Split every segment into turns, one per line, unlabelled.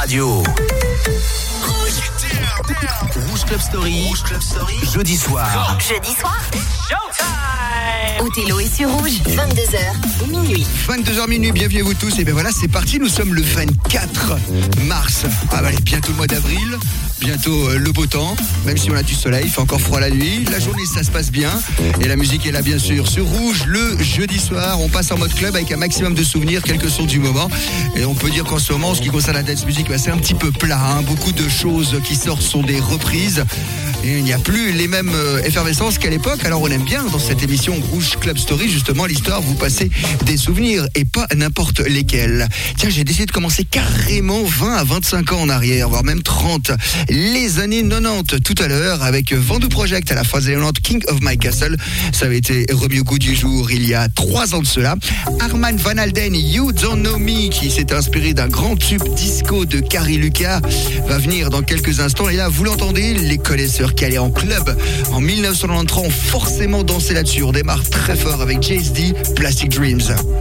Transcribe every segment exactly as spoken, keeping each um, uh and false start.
radio. Rouge Club Story. Rouge Club Story. Jeudi soir.
Jeudi soir. Othello est sur Rouge, vingt-deux heures minuit.
vingt-deux heures minuit, bienvenue à vous tous. Et bien voilà, c'est parti, nous sommes le vingt-quatre mars. Ah bah, bientôt le mois d'avril, bientôt euh, le beau temps. Même si on a du soleil, il fait encore froid la nuit. La journée, ça se passe bien. Et la musique est là, bien sûr. Sur Rouge, le jeudi soir, on passe en mode club avec un maximum de souvenirs, quelques sons du moment. Et on peut dire qu'en ce moment, en ce qui concerne la dance music, bah, c'est un petit peu plat. Hein. Beaucoup de choses qui sortent sont des reprises. Et il n'y a plus les mêmes euh, effervescences qu'à l'époque. Alors on aime bien dans cette émission Rouge Club Story, justement, l'histoire, vous passez des souvenirs et pas n'importe lesquels. Tiens, j'ai décidé de commencer carrément vingt à vingt-cinq ans en arrière, voire même trente. Les années quatre-vingt-dix tout à l'heure, avec Vendu Project à la fin des années quatre-vingt-dix, King of My Castle. Ça avait été remis au goût du jour il y a trois ans de cela. Arman Van Alden, You Don't Know Me, qui s'est inspiré d'un grand tube disco de Carrie Lucas, va venir dans quelques instants. Et là, vous l'entendez, les connaisseurs qui allaient en club en dix-neuf cent quatre-vingt-treize ont forcément dansé là-dessus. On démarre très fort avec J S D, Plastic Dreams.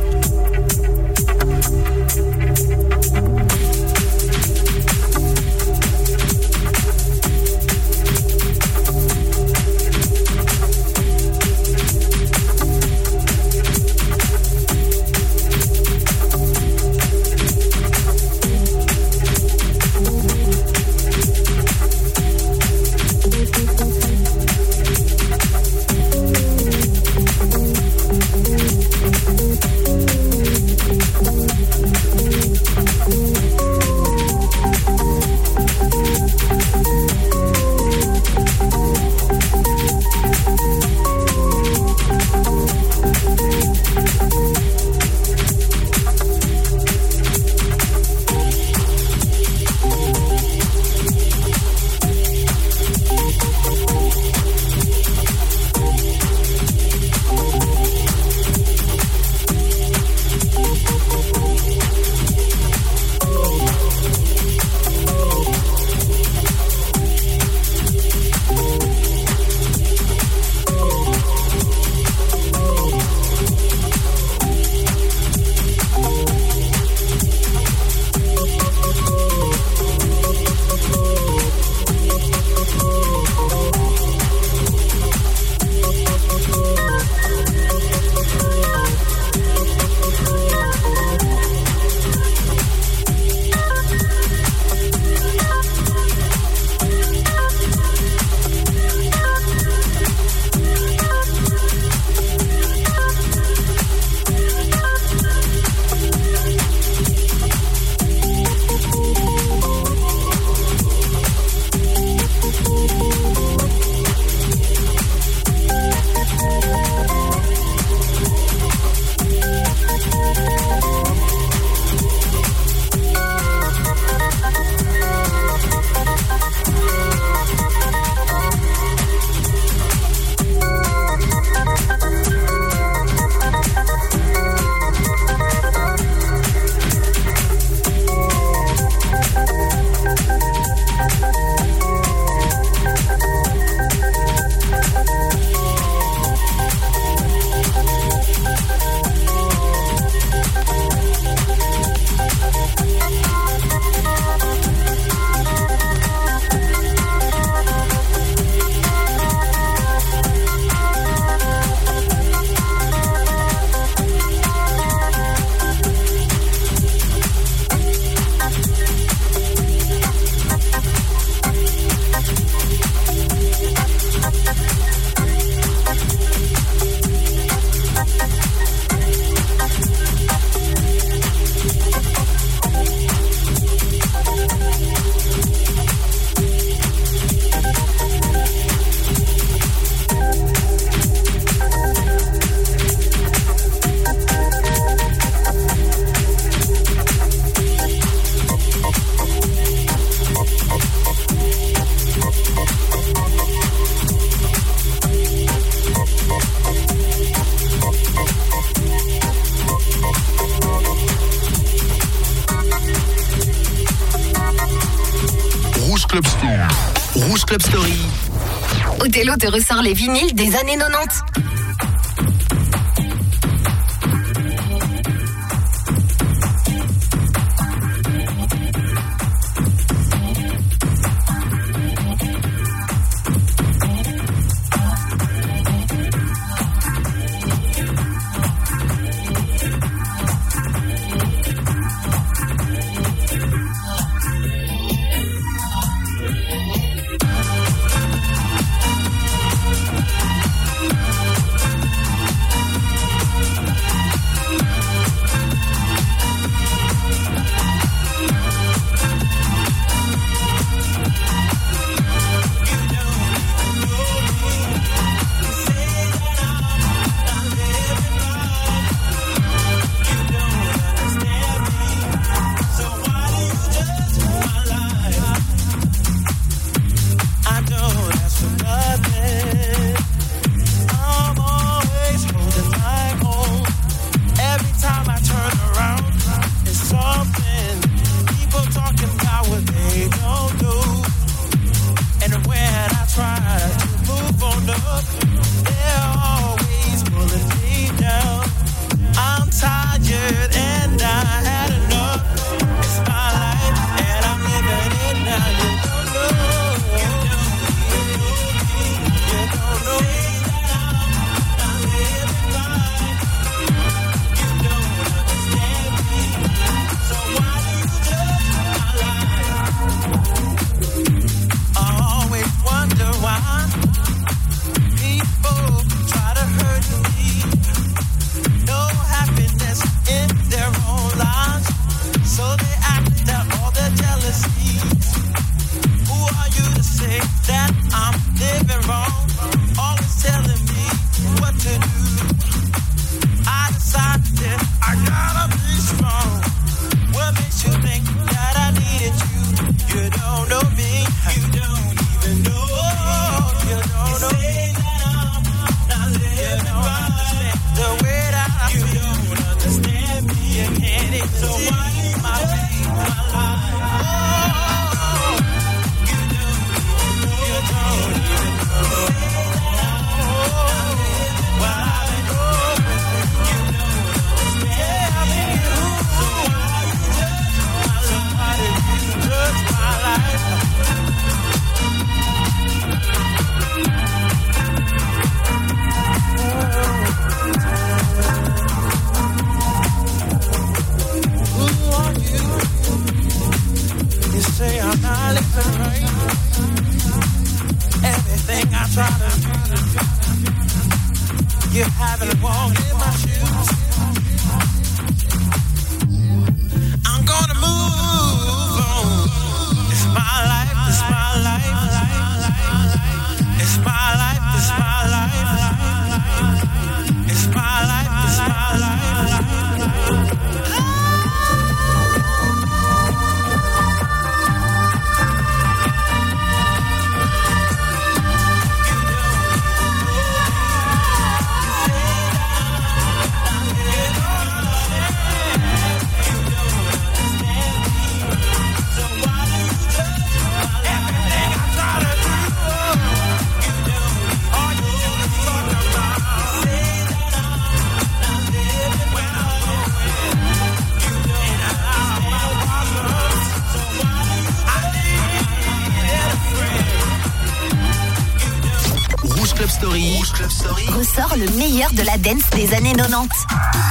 Club Story. Rouge Club Story.
Othello te ressort les vinyles des années quatre-vingt-dix.
you haven't walked in my shoes. I'm gonna move on. It's my life, it's my life. It's my life, it's my life. It's my life, it's my life.
Club Story. Club Story
ressort le meilleur de la dance des années quatre-vingt-dix.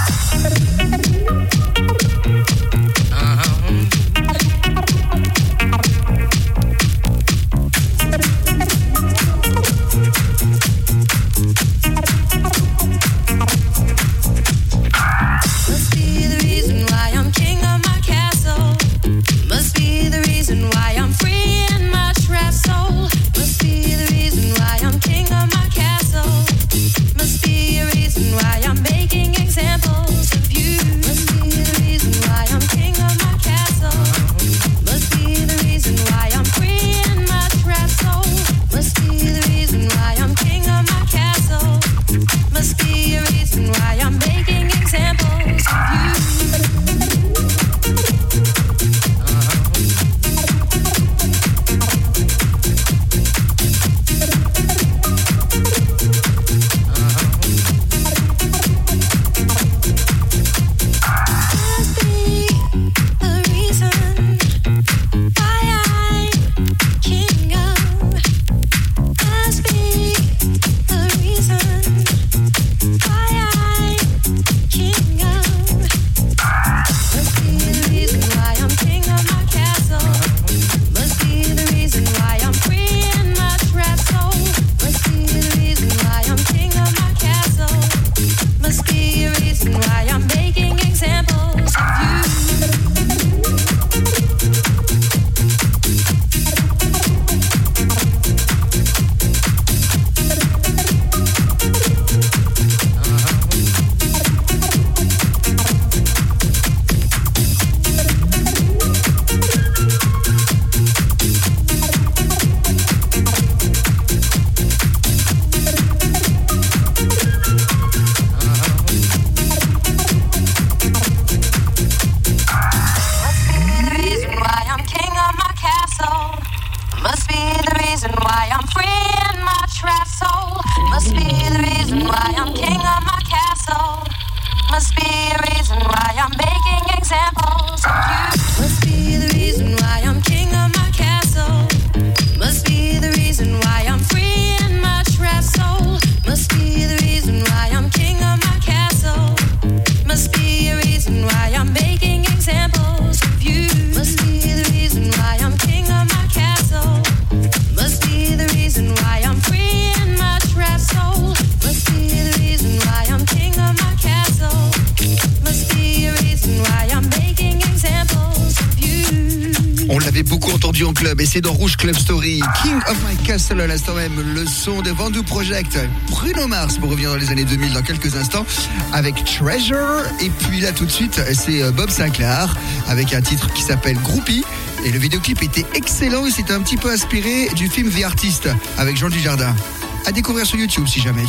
En club et c'est dans Rouge Club Story. King of My Castle à l'instant même, le son de Vendu Project, Bruno Mars pour revenir dans les années deux mille dans quelques instants avec Treasure. Et puis là tout de suite c'est Bob Sinclair avec un titre qui s'appelle Groupie et le vidéoclip était excellent et c'était un petit peu inspiré du film The Artist avec Jean Dujardin. À découvrir sur YouTube si jamais.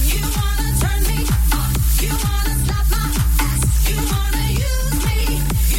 You wanna slap my ass, you wanna use me.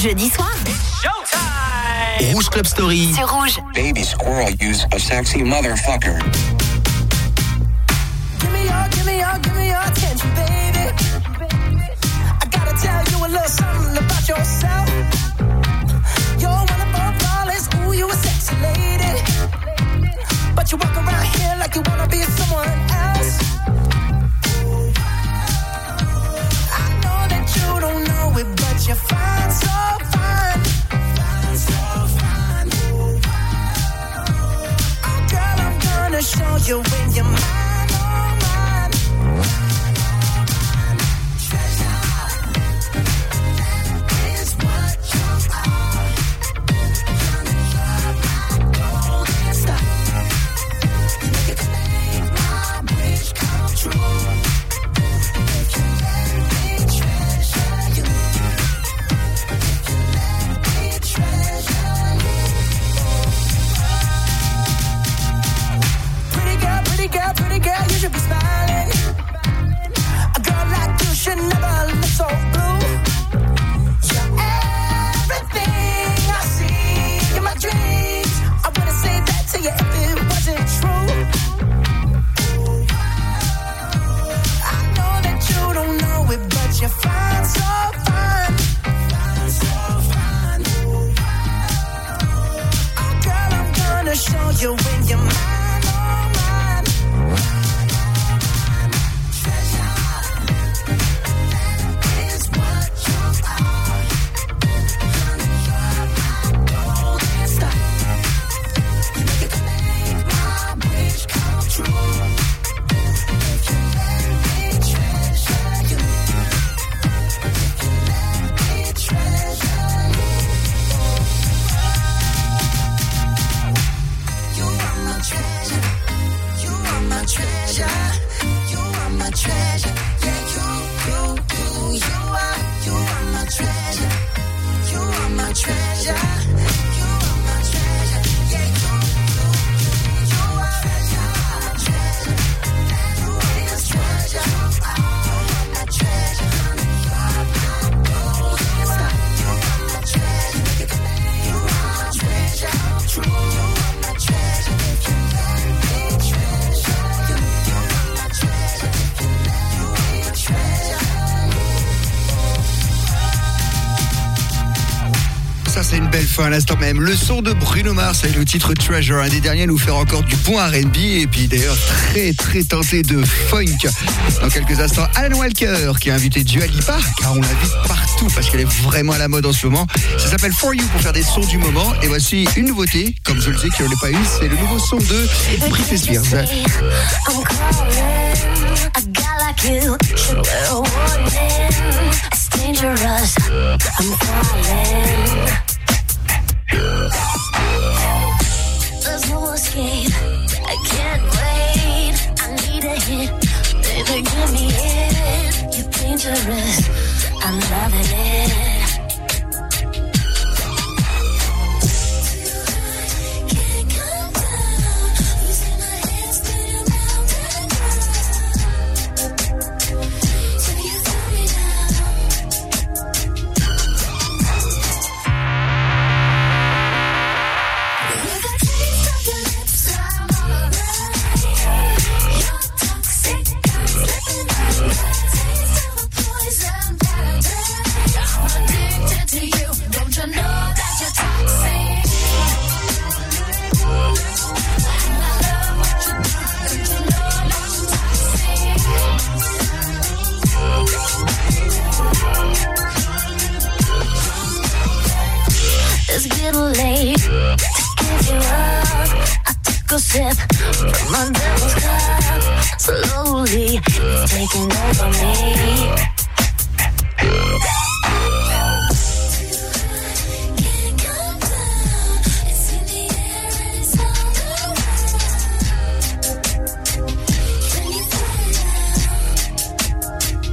jeudi soir.
Rouge Club Story.
C'est Rouge.
Baby squirrel use a sexy motherfucker.
Give me your, give me your, give me your attention, baby. I gotta tell you a little something about yourself. You're one of our flawless, ooh, you a sexy lady. But you walk around here like you wanna be someone else. I know that you don't know it, but you're fine, so fine. Fine, so fine. Oh, girl, I'm gonna show you when you're mine, oh, mine. Treasure, that is what you are. You're my golden star. You can make my wish come true. If you let me treasure you. If you let me treasure you. Pretty girl, pretty girl, pretty girl, you should be smiling. A girl like you should never look so blue. You're everything I see in my dreams. I wouldn't say that to you if it wasn't true. I know that you don't know it, but you're fine, so fine. Fine, so fine. Oh, girl, I'm gonna show you when you're mine, oh, mine. Treasure, that is what you are. You're my golden star. You can make my wish come true. If you let me treasure you. If you let me treasure you. You are my treasure. You are my treasure. You are my treasure. Yeah, you, you, you, you are. You are my treasure. You are my treasure. You are my treasure. Yeah, you, you, you, you are. You are my treasure. You are my treasure. You are my treasure. You are my golden star. You are my treasure. You are my treasure. True. You are my treasure. If you let me treasure you. You are my treasure. If you let me treasure
Ça, c'est une belle fin à l'instant même. Le son de Bruno Mars avec le titre Treasure, un des derniers à nous faire encore du bon R and B. Et puis d'ailleurs, très très tenté de funk. Dans quelques instants, Alan Walker qui a invité Dua Lipa, car on l'invite partout parce qu'elle est vraiment à la mode en ce moment. Ça s'appelle For You pour faire des sons du moment. Et voici une nouveauté, comme je le disais qu'il n'y en a pas une, c'est le nouveau son de Britney Spears.
I'm calling, a guy like you should wear a warning. It's dangerous, I'm falling. There's no escape, I can't wait. I need a hit, baby give me it. You're dangerous, I'm loving it. Can't come down, losing my head, spinning round and round. So you throw me down. With a taste of your lips, I'm alright. You're toxic, I'm slipping out. Taste of a poison paradise. I'm addicted to you. Don't you know that you're toxic? And I love what you do. Don't you know that you're toxic? It's getting late to give you up. I took a sip from my devil's cup. Slowly, it's taking over me. Can't come down. It's in the air and it's all around. Can you throw it down?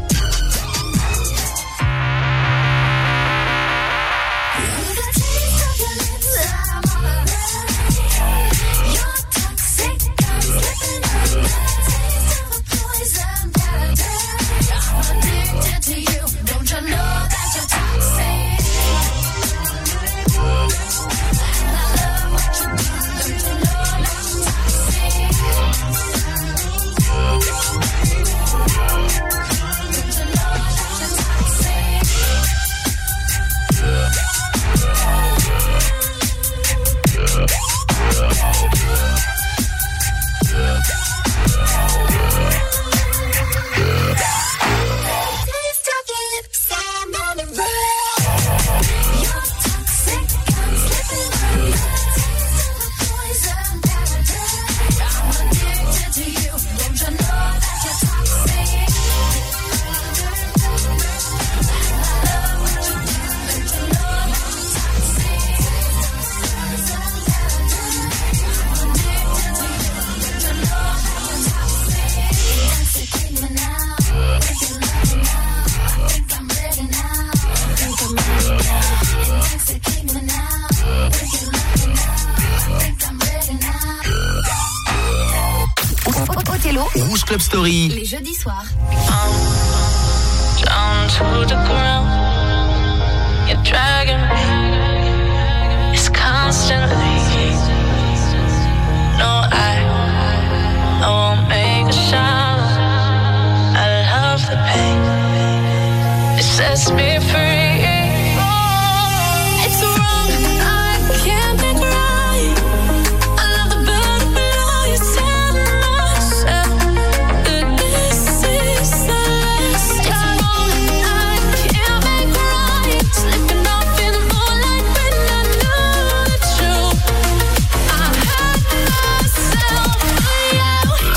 With a taste of your lips, I'm alright. You're toxic, I'm slipping out. Taste of a poison paradise. I'm addicted.
Rouge Club Story.
Les jeudis soirs.
Down to the ground, you're dragging me. It's constantly. No, I, I won't make a sound. I love the pain. It sets me free. It's wrong, I can't make right. I love the better below. You tell myself that this is the last time. It's wrong, I can't make right. Slipping off in the moonlight when I knew the truth. I had myself for you.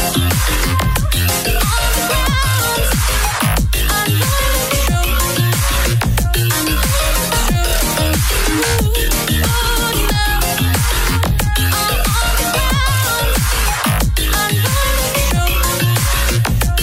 On the ground, I know the truth. I know the truth. Oh, now I'm on the ground. I know the truth.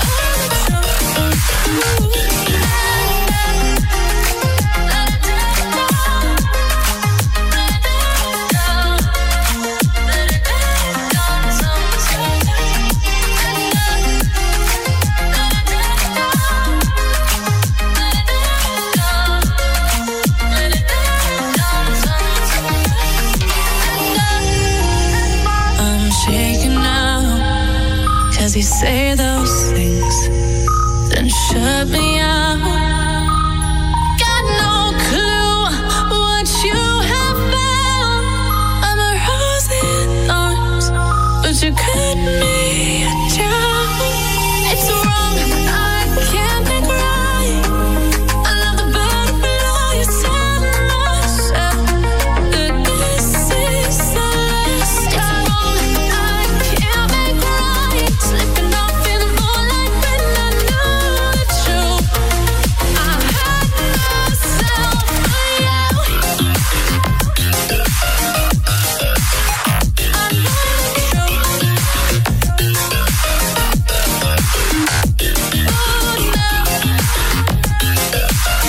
I'm shaking now, 'cause you say those things, then shut me out. Got no clue what you have found. I'm a rose in thorns, but you cut me down. It's wrong, I can't make right. I love the better below. You tell myself that this is the last time. It's wrong, I can't make right. Slipping off in the moonlight when I knew the truth. I had myself for you. I know the truth. Oh, now I know the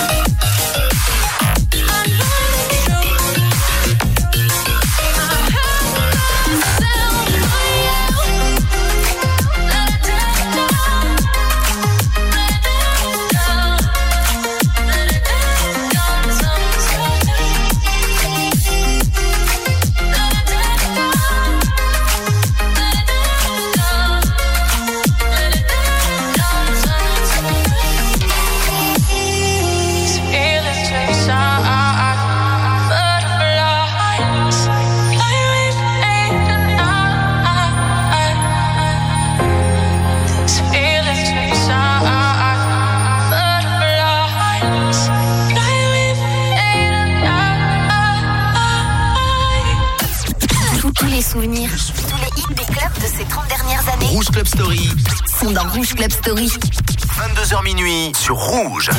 Tous, tous les souvenirs, tous les hits des clubs de ces trente dernières années
Rouge Club Story.
sont dans Rouge Club Story.
vingt-deux heures minuit sur Rouge.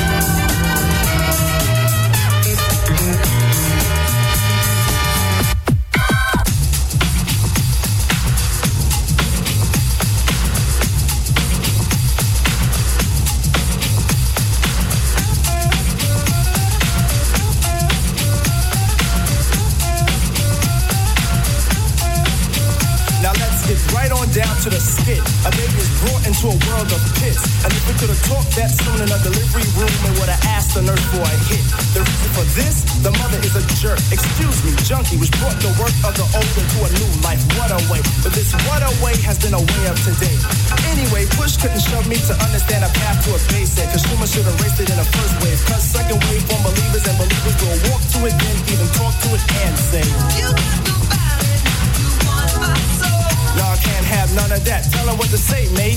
Now let's get right on down to the skit. A baby is brought into a world of pits. And if we could have talked that soon in a delivery room, they would have asked the nurse for a hit. The reason for this, the mother is a jerk. Excuse me, junkie was brought the work of the old into a new life. What a way. But this what a way has been a way of today. Anyway, push couldn't shove me to understand a path to a basic. Cause Schumann should have raced it in the first wave. Cause second wave for believers and believers will walk to it, then even talk to it and say, you got nobody, you want my soul. Y'all can't have none of that. Tell them what to say, Mace.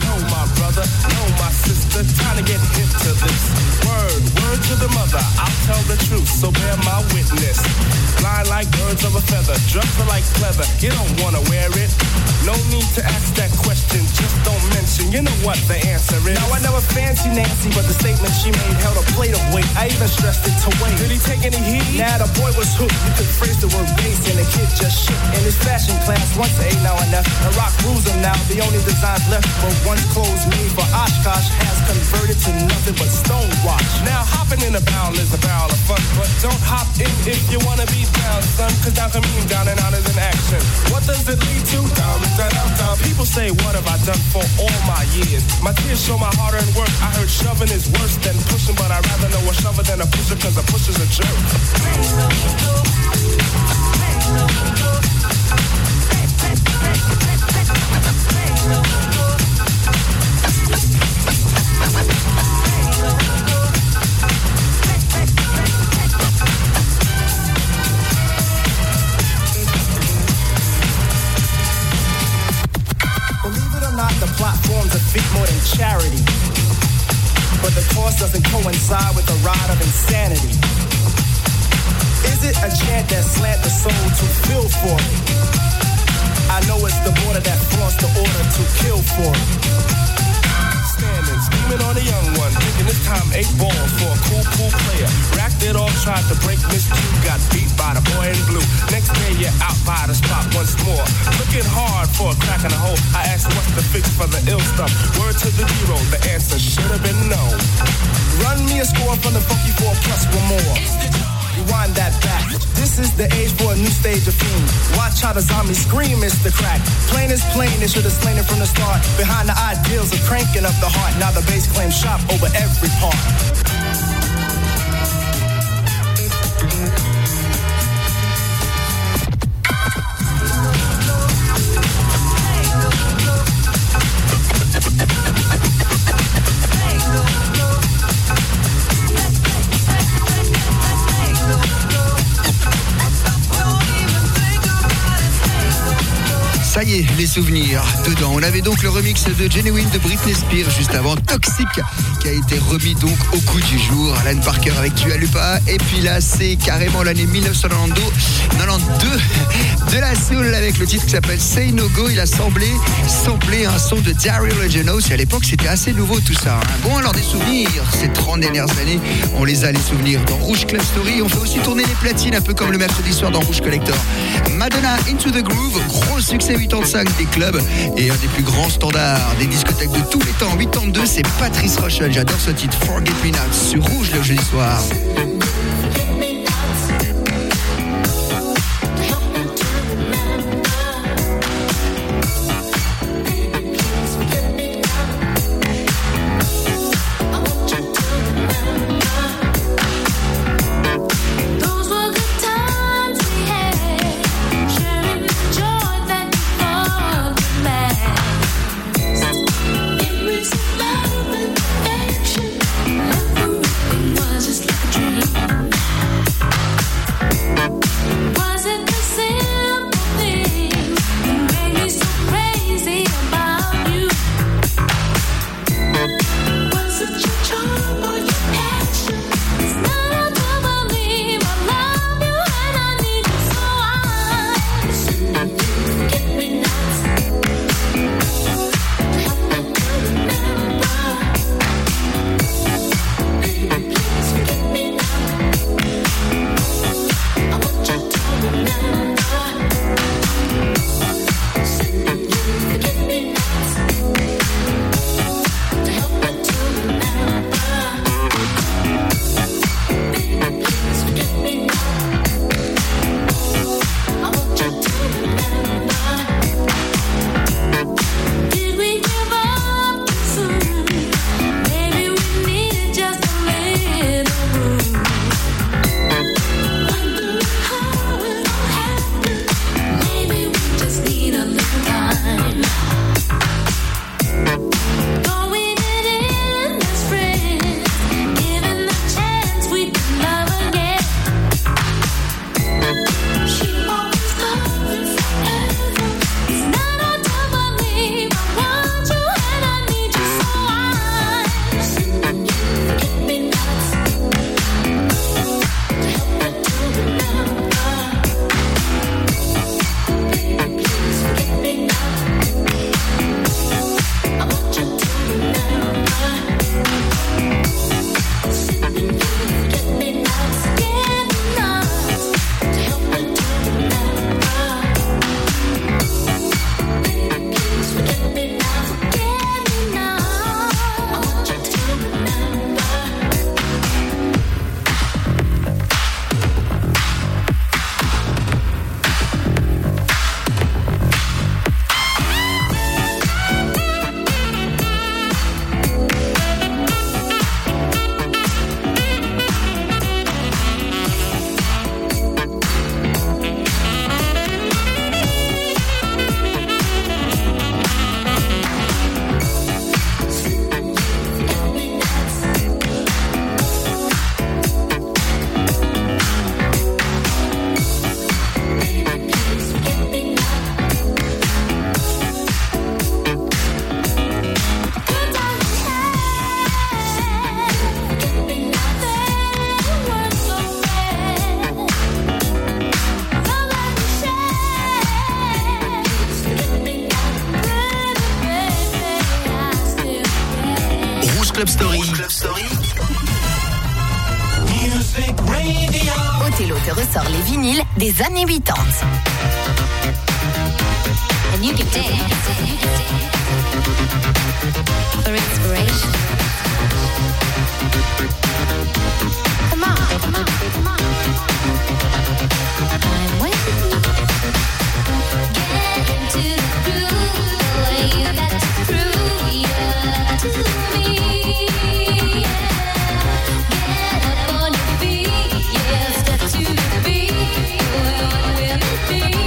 Time to get hip to this. Word, word to the mother. I'll tell you don't wanna wear it. No need to ask that question, just don't mention. You know what the answer is. Now I never fancy Nancy, but the statement she made held a plate of weight. I even stressed it to wait. Did he take any heat? Nah, the boy was hooked. You could phrase the word bass, and the kid just shook. In his fashion class, once A, now and F. The rock rules him now. The only designs left were once clothes made for Oshkosh has converted to nothing but stonewatch. Now hopping in a barrel is a barrel of fun, but don't hop in if you wanna be down, son. Cause down can mean down and out is an action. What does it lead to? Down, down, down, down. People say, what have I done for all my years? My tears show my hard-earned work. I heard shoving is worse than pushing, but I'd rather know a shover than a pusher, cause a pusher's a jerk. The platforms of feet more than charity, but the cost doesn't coincide with the ride of insanity. Is it a chant that slant the soul to feel for it? I know it's the border that flaunts the order to kill for it. Standing, screaming on a young one, thinking this time eight balls for a cool, cool player. Racked it off, tried to break Miss Q, got beat by the boy in blue. Next day you're out by the spot once more, looking hard for a crack in the hole. I asked what's the fix for the ill stuff. Word to the zero, the answer should have been no. Run me a score from the funky four plus one more. Rewind that back. This is the age for a new stage of fiend. Watch how the zombies scream, it's the crack. Plain is plain, they should have slain it from the start. Behind the ideals of cranking up the heart. Now the bass claims shop over every part.
Ça y est, les souvenirs dedans. On avait donc le remix de Genuine de Britney Spears juste avant, Toxic, qui a été remis donc au coup du jour. Alan Parker avec Dua Lipa. Et puis là, c'est carrément l'année dix-neuf cent quatre-vingt-douze de la soul avec le titre qui s'appelle Say No Go. Il a semblé sampler un son de Daryl Regenos. Et à l'époque, c'était assez nouveau tout ça. Hein. Bon, alors des souvenirs, ces trente dernières années, on les a les souvenirs dans Rouge Club Story. On fait aussi tourner les platines, un peu comme le mercredi soir dans Rouge Collector. Madonna, Into the Groove, gros succès quatre-vingt-cinq des clubs et un des plus grands standards des discothèques de tous les temps. quatre-vingt-deux, c'est Patrice Rochelle. J'adore ce titre, Forget Me Not, sur Rouge le jeudi soir.
Love and affection, everything was just like a dream.
Club Story. Club Story.
Music Radio.
Othello te ressort les vinyles des années quatre-vingt-dix. And you can dance for inspiration. Come on, come on, come on. I'm waiting. Get into the groove, boy, you got to prove you're to me. Get up on your feet, yeah, step to the beat, boy, what will it be?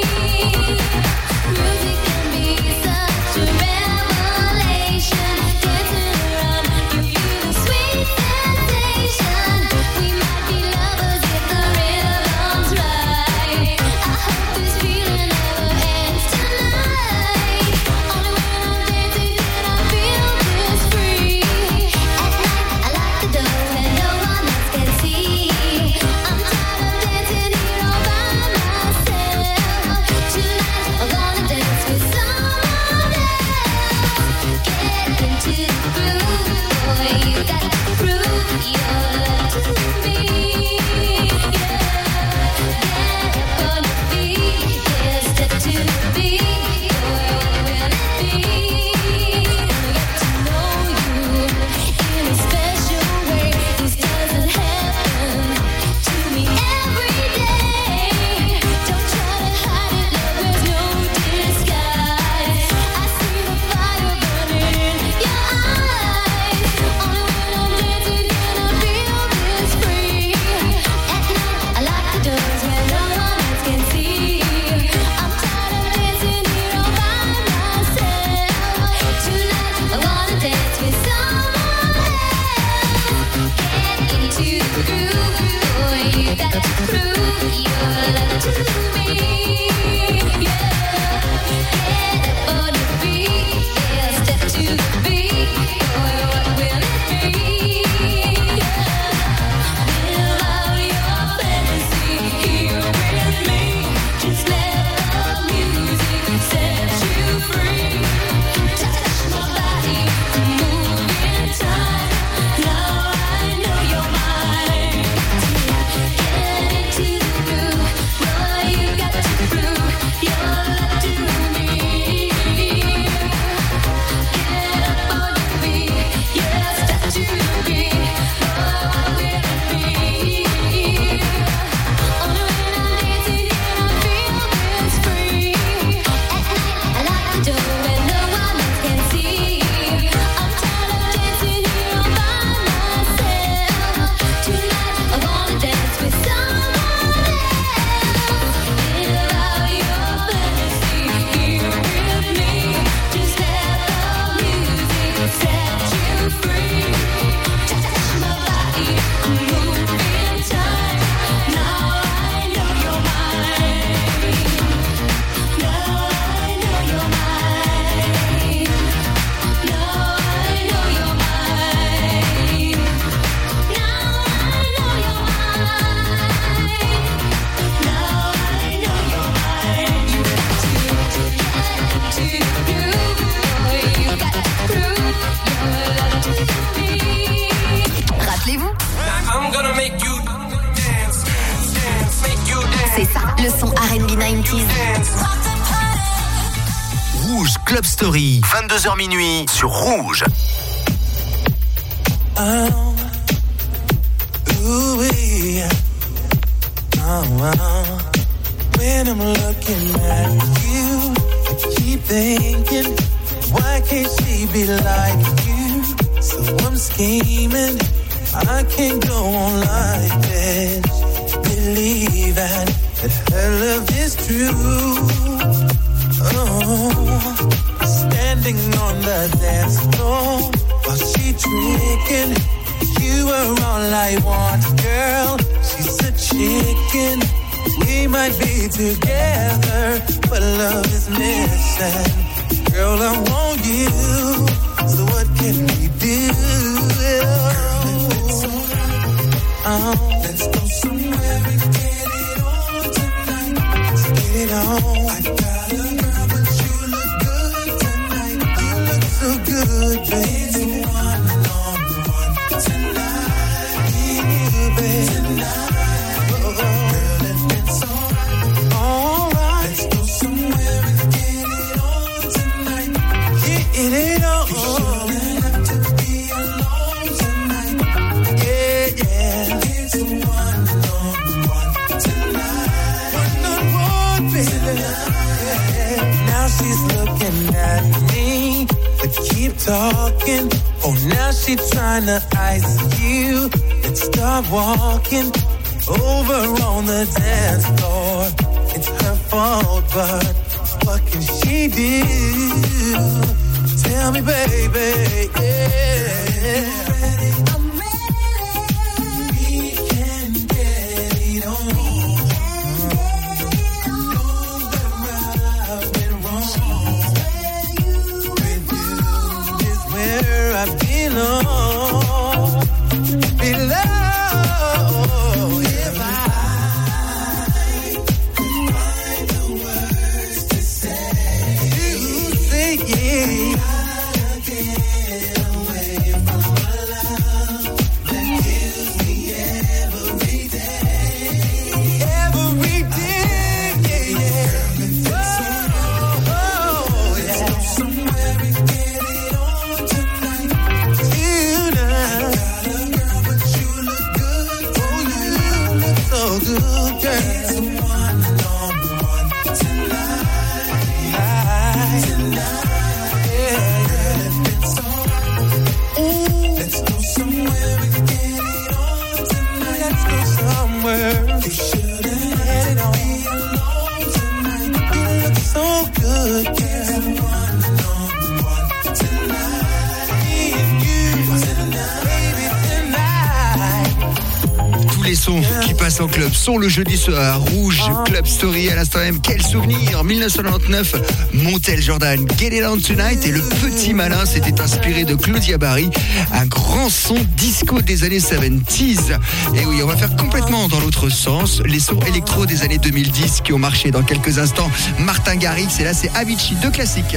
Music can be such a revelation. Dancing around, you feel the sweet sensation. We might be lovers if the rhythm's right. I hope this feeling never ends tonight. Only when I'm dancing can I feel this free. At night I lock the door and no one else can see. I'm tired of dancing here all by myself. Tonight I wanna dance with someone else. Get into the groove, boy, you got to prove your love to me. Yeah, get up on your feet, yeah, step to the beat, boy, what will it be? Gonna get to know you in a special way. This doesn't happen to me every day. Don't try to hide it, love, there's no disguise. I see the fire burning in your eyes. Only when I'm dancing can I feel this free. At night I lock the doors where no one else can see. I'm tired of dancing here all by myself. Tonight I wanna dance with someone else. Get into the groove, boy, you got to prove your love to me. Yeah, get up on your feet, yeah, step to the beat, boy, what will it be? Yeah, live out your fantasy here with me. Just let the music set you free. Touch my body, move in time. Now I know you're mine. Get into the groove, boy, you got to prove your love to me. Get up on your feet, yeah, step to the beat, boy, what will it be? Only when I'm dancing can I feel this free. At night I lock the door and no one else can see. I'm tired of dancing here all by myself. Tonight I wanna dance with someone else. Live out your fantasy here with me. Just let the music set you free. Touch my body, move in time. Now I know you're mine. Now I know you're mine. Now I know you're mine. Now I know you're mine. Now I know you're mine. You got to get into the groove, boy, you got to prove your love to me. Rappelez-vous,
I'm gonna make you dance, dance, make you dance,
c'est ça, le son R and B quatre-vingt-dix.
dance.
Rouge Club Story. vingt-deux heures minuit sur Rouge.
Oh, ooh, yeah. Oh, oh. When I'm looking at you, I keep thinking, why can't she be like you? So I'm scheming, I can't go on like this. Believing that her love is true. Oh, standing on the dance floor while she drinking. You are all I want, girl. She's a chicken. We might be together, but love is missing. Girl, I want you. So what can we do? Oh, let's go somewhere and get it on tonight. Let's get it on. I got a girl, but you look good tonight. You look so good, baby. One alone. It ain't all. You shouldn't have to be alone tonight. Yeah, yeah. It's a one-on-one tonight. One-on-one, baby. Yeah. Now she's looking at me, but keep talking. Oh, now she tryna ice you. Let's start walking over on the dance floor. It's her fault, but what can she do? Tell me, baby, yeah. I'm ready. We can get it on. Know that I've been wrong. With you is where I belong. Below, if I could find the words to say, you say yeah. Get away from my love that kills me every day. Every day, yeah, yeah. Oh, oh, yeah. Let's go somewhere and get it on tonight. Tonight. I got a girl, but you look good. Oh, you look so good, girl. It's a one-on-one tonight. Tonight. Let's go somewhere and get it on tonight. Let's go somewhere. You shouldn't let it be alone tonight. You look so good, girl. One-on-one tonight. Me and you tonight, baby, tonight.
Tous les sons qui passent en club sont le jeudi soir. Rouge, Club Story à l'instant même. Quel souvenir. dix-neuf cent quatre-vingt-dix-neuf, Montel Jordan, Get It On Tonight. Et le petit malin s'était inspiré de Claudia Barry, un grand son disco des années soixante-dix. Et oui, on va faire complètement dans l'autre sens. Les sons électro des années deux mille dix qui ont marché dans quelques instants. Martin Garrix, et là c'est Avicii, deux classiques.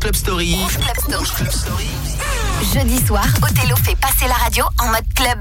Club Story.
Rouge Club Story. Jeudi soir, Othello fait passer la radio en mode club.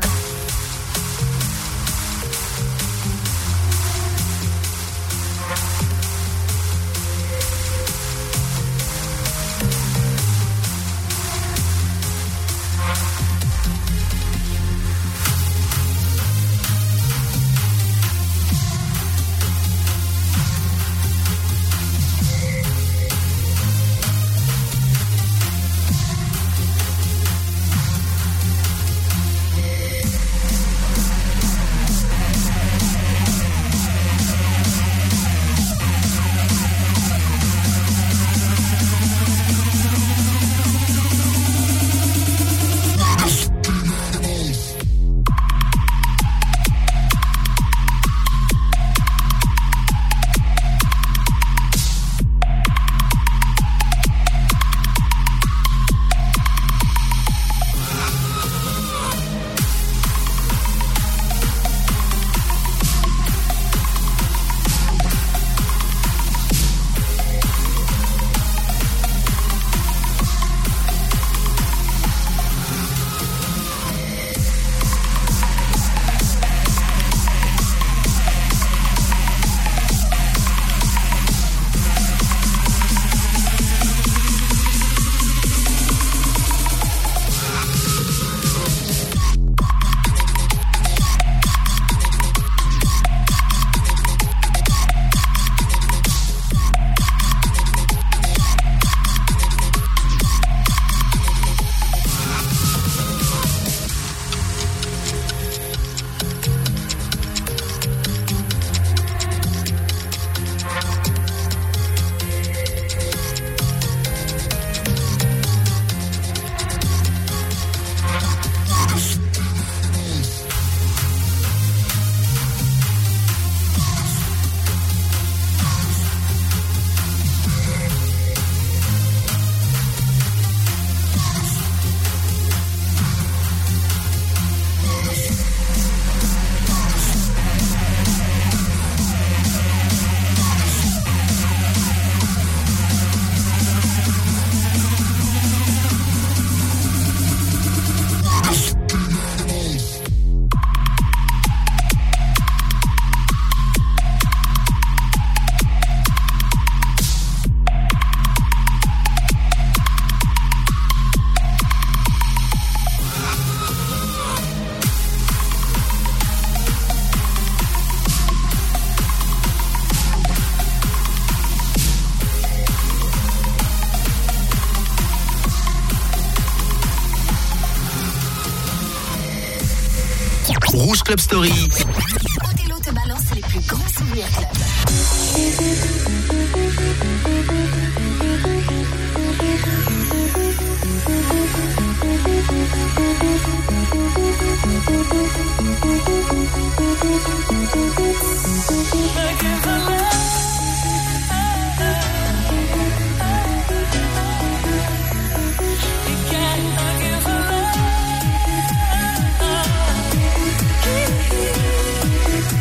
Rouge Club Story.
Othello te balance les plus grands souvenirs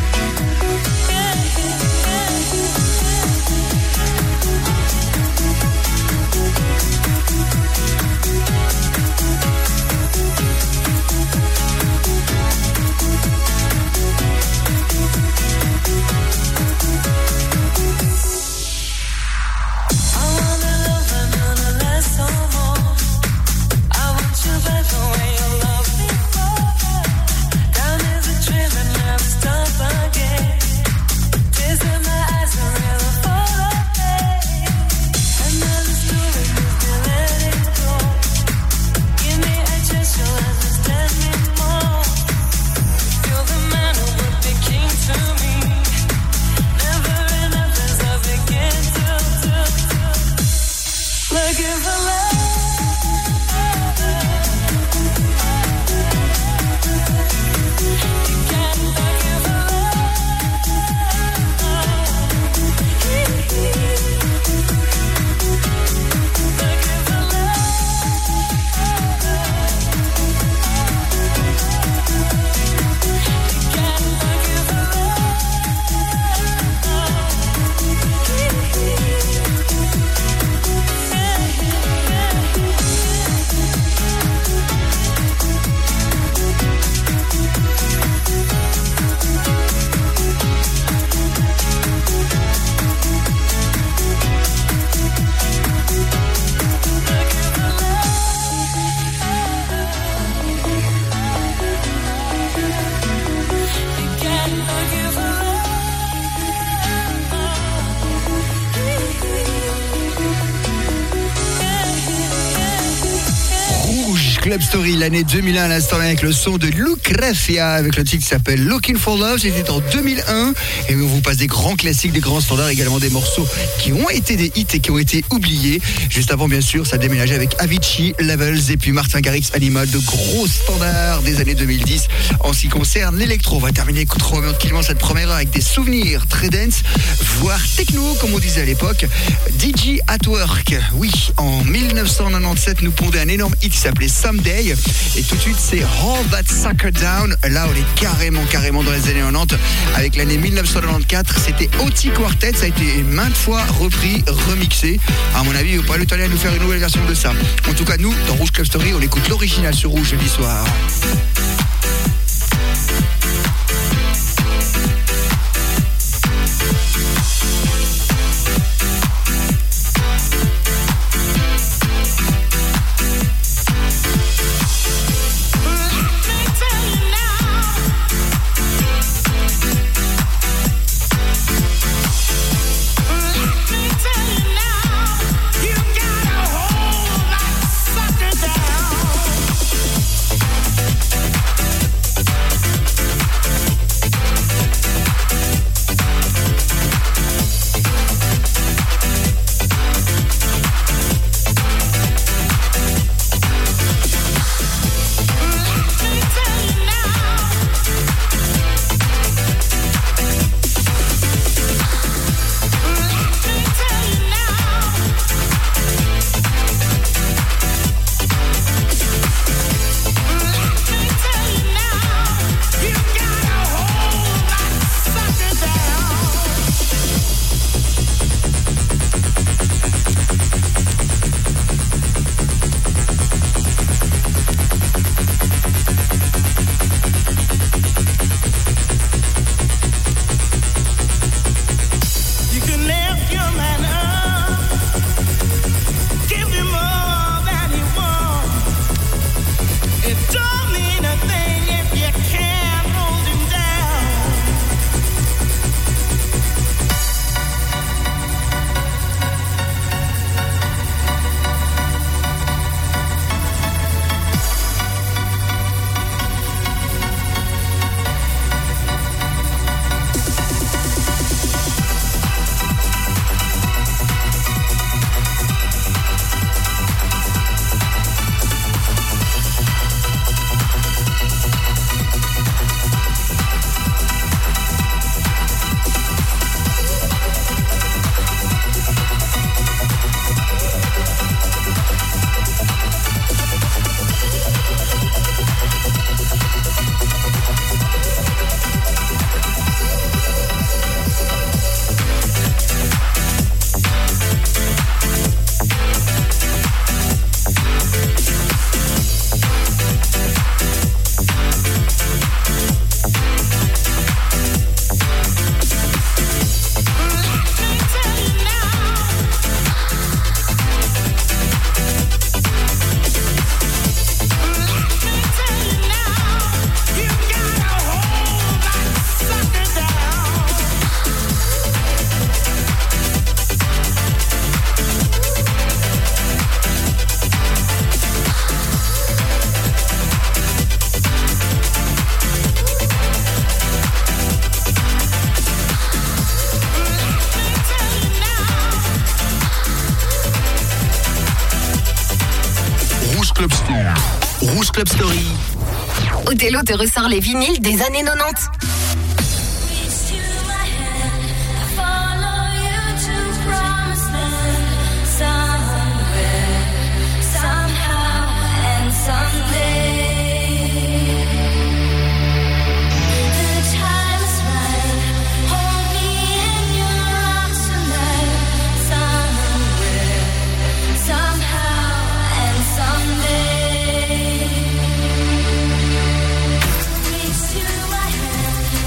Club.
Club Story, l'année deux mille un à l'instant avec le son de Lucrezia avec le titre qui s'appelle Looking for Love. C'était en deux mille un et on vous passe des grands classiques, des grands standards, également des morceaux qui ont été des hits et qui ont été oubliés. Juste avant, bien sûr, ça déménageait avec Avicii, Levels et puis Martin Garrix, Animal, de gros standards des années deux mille dix en ce qui concerne l'électro. On va terminer tranquillement cette première heure avec des souvenirs très dance, voire techno comme on disait à l'époque. D J at Work, oui, en dix-neuf cent quatre-vingt-dix-sept nous pondait un énorme hit qui s'appelait Someday et tout de suite c'est Hold That Sucker Down. Là on est carrément carrément dans les années quatre-vingt-dix avec l'année dix-neuf cent quatre-vingt-quatorze. C'était O T Quartet, ça a été maintes fois repris, remixé. À mon avis, vous pourrez le temps à nous faire une nouvelle version de ça. En tout cas, nous, dans Rouge Club Story, on écoute l'original sur Rouge jeudi soir.
Rouge Club Story.
Othello te ressort les vinyles des années quatre-vingt-dix.
Reach to my hand.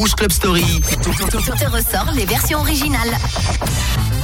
Rouge Club Story.
te ressort les versions originales.